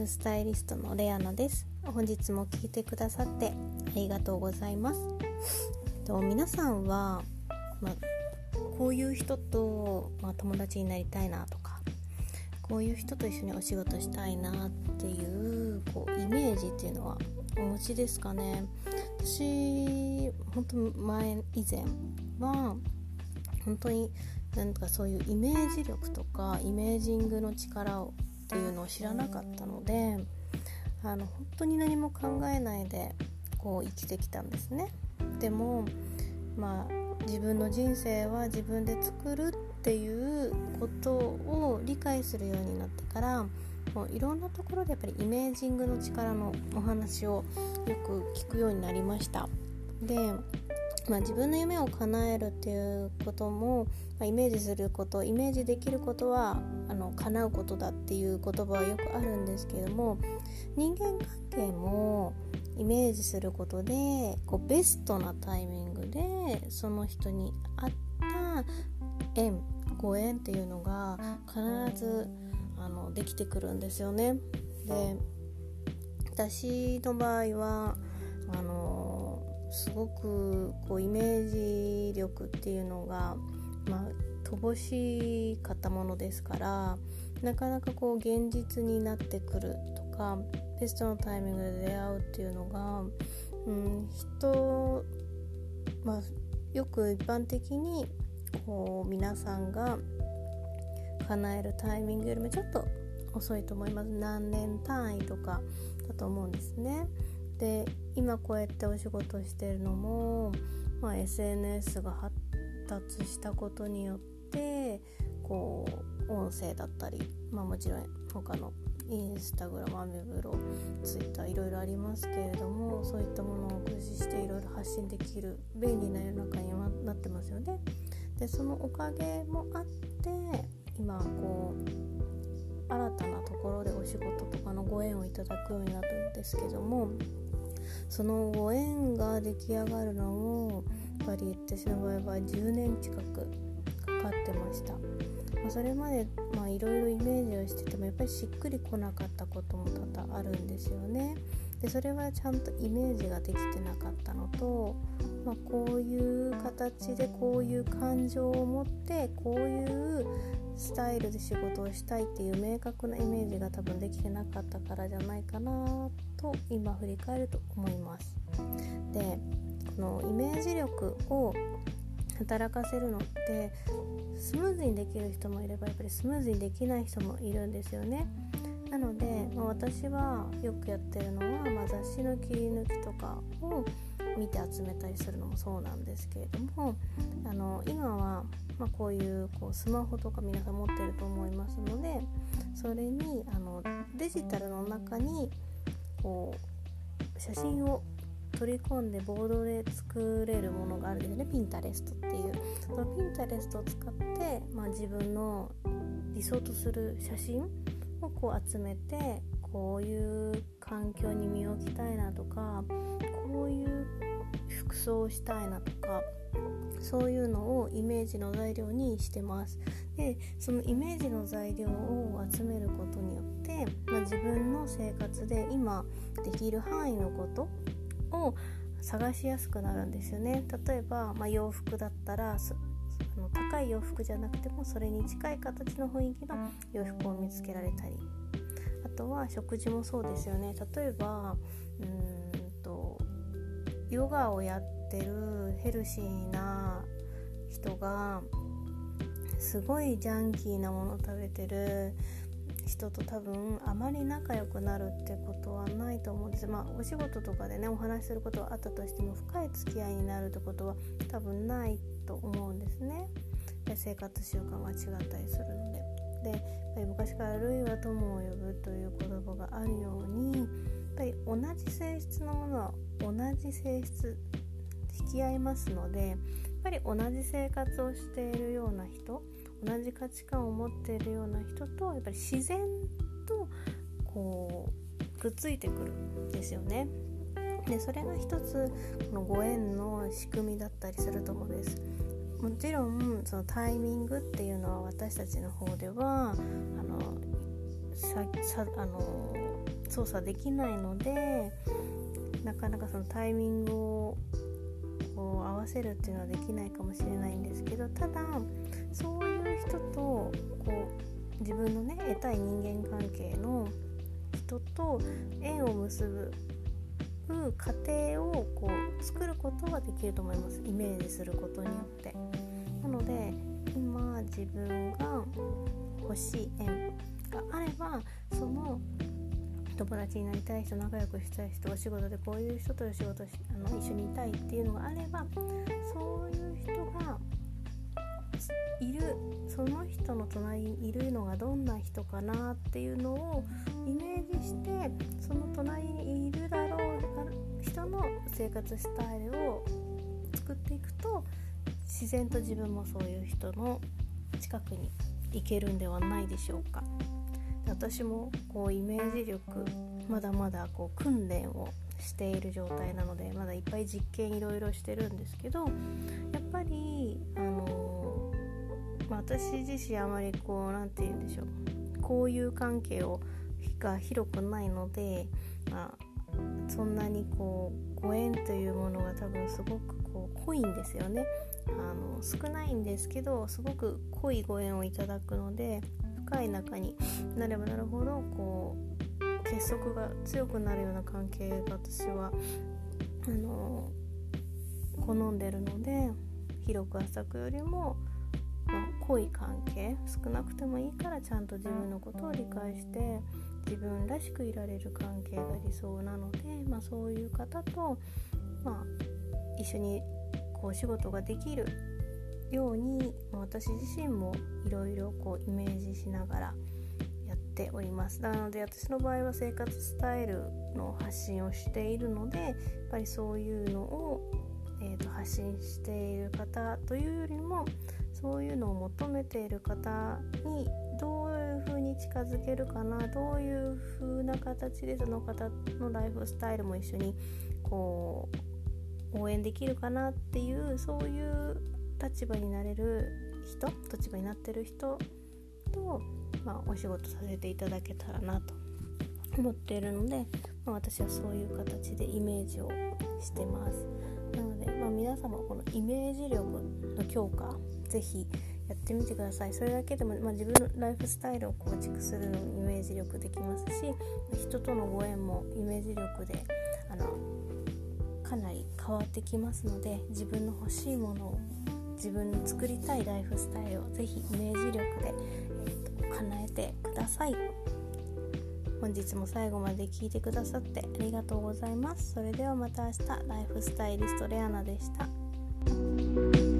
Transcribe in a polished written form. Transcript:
フスタイリストのレアナです。本日も聞いてくださってありがとうございます。皆さんは、こういう人と、友達になりたいなとか、こういう人と一緒にお仕事したいなっていう、イメージっていうのはお持ちですかね。私本当以前は本当にそういうイメージ力とかイメージングの力っていうのを知らなかったので、本当に何も考えないで生きてきたんですね。でも自分の人生は自分で作るっていうことを理解するようになってから、もういろんなところでやっぱりイメージングの力のお話をよく聞くようになりました。で、自分の夢を叶えるっていうことも、イメージすること、イメージできることは叶うことだっていう言葉はよくあるんですけれども、人間関係もイメージすることでベストなタイミングでその人に合ったご縁っていうのが必ずできてくるんですよね。で、私の場合はすごくイメージ力っていうのが、乏しかったものですから、なかなか現実になってくるとか、ベストのタイミングで出会うっていうのが、よく一般的に皆さんが叶えるタイミングよりもちょっと遅いと思います。何年単位とかだと思うんですね。で、今こうやってお仕事してるのも、SNS が発達したことによって音声だったり、もちろん他のインスタグラム、アメブロ、ツイッターいろいろありますけれども、そういったものを駆使していろいろ発信できる便利な世の中にはなってますよね。で、そのおかげもあって今新たなところでお仕事とかのご縁をいただくようになるんですけども、そのご縁が出来上がるのもやっぱり私の場合は10年近くかかってました。それまでいろいろイメージをしててもやっぱりしっくりこなかったことも多々あるんですよね。で、それはちゃんとイメージができてなかったのと、こういう形でこういう感情を持ってこういうスタイルで仕事をしたいっていう明確なイメージが多分できてなかったからじゃないかなと今振り返ると思います。で、このイメージ力を働かせるのってスムーズにできる人もいればやっぱりスムーズにできない人もいるんですよね。なので、私はよくやってるのは、雑誌の切り抜きとかを見て集めたりするのもそうなんですけれども、今はこういうスマホとか皆さん持ってると思いますので、それにデジタルの中に写真を取り込んでボードで作れるものがあるんですね。ピンタレストっていう、そのピンタレストを使って、自分の理想とする写真を集めて、こういう環境に身を置きたいなとか、こういう服装をしたいなとか、そういうのをイメージの材料にしてます。で、そのイメージの材料を集めることによって、自分の生活で今できる範囲のことを探しやすくなるんですよね。例えば、洋服だったら高い洋服じゃなくてもそれに近い形の雰囲気の洋服を見つけられたり、あとは食事もそうですよね。例えばヨガをやってるヘルシーな人がすごいジャンキーなものを食べてる人と多分あまり仲良くなるってことはないと思うんです。お仕事とかでねお話しすることはあったとしても深い付き合いになるってことは多分ないと思うんですね。で、生活習慣が違ったりするので、やっぱり昔から類は友を呼ぶという言葉があるように、やっぱり同じ性質のものは同じ性質引き合いますので、やっぱり同じ生活をしているような人、同じ価値観を持っているような人とやっぱり自然とくっついてくるんですよね。で、それが一つこのご縁の仕組みだったりすると思うんです。もちろんそのタイミングっていうのは私たちの方では操作できないので、なかなかそのタイミングをこう合わせるっていうのはできないかもしれないんですけど、ただそういう人とこう自分のね得たい人間関係の人と縁を結ぶ過程をこう作ることはできると思います。イメージすることによって。なので今自分が欲しい縁があれば、その友達になりたい人、仲良くしたい人、お仕事でこういう人と一緒にいたいっていうのがあれば、そういう人がいる、その人の隣にいるのがどんな人かなっていうのをイメージして、その隣にいるだろう人の生活スタイルを作っていくと、自然と自分もそういう人の近くに行けるんではないでしょうか。私もこうイメージ力まだまだこう訓練をしている状態なので、まだいっぱい実験いろいろしてるんですけど、やっぱり私自身あまりこうなんて言うんでしょう、交友関係が広くないので、そんなにこうご縁というものが多分すごくこう濃いんですよね。少ないんですけどすごく濃いご縁をいただくので、深い仲になればなるほどこう結束が強くなるような関係が私は好んでるので、広く浅くよりも、濃い関係、少なくてもいいからちゃんと自分のことを理解して自分らしくいられる関係が理想なので、そういう方と、一緒にこうお仕事ができるように、私自身もいろいろこうイメージしながらやっております。なので私の場合は生活スタイルの発信をしているので、やっぱりそういうのを、発信している方というよりも、そういうのを求めている方にどういう風に近づけるかな、どういう風な形でその方のライフスタイルも一緒にこう応援できるかなっていう、そういう立場になれる人、立場になってる人と、お仕事させていただけたらなと思っているので、私はそういう形でイメージをしてます。なので、皆様このイメージ力の強化ぜひやってみてください。それだけでも、自分のライフスタイルを構築するのにイメージ力できますし、人とのご縁もイメージ力でかなり変わってきますので、自分の欲しいものを、自分の作りたいライフスタイルをぜひイメージ力で、叶えてください。本日も最後まで聞いてくださってありがとうございます。それではまた明日。ライフスタイリストレアナでした。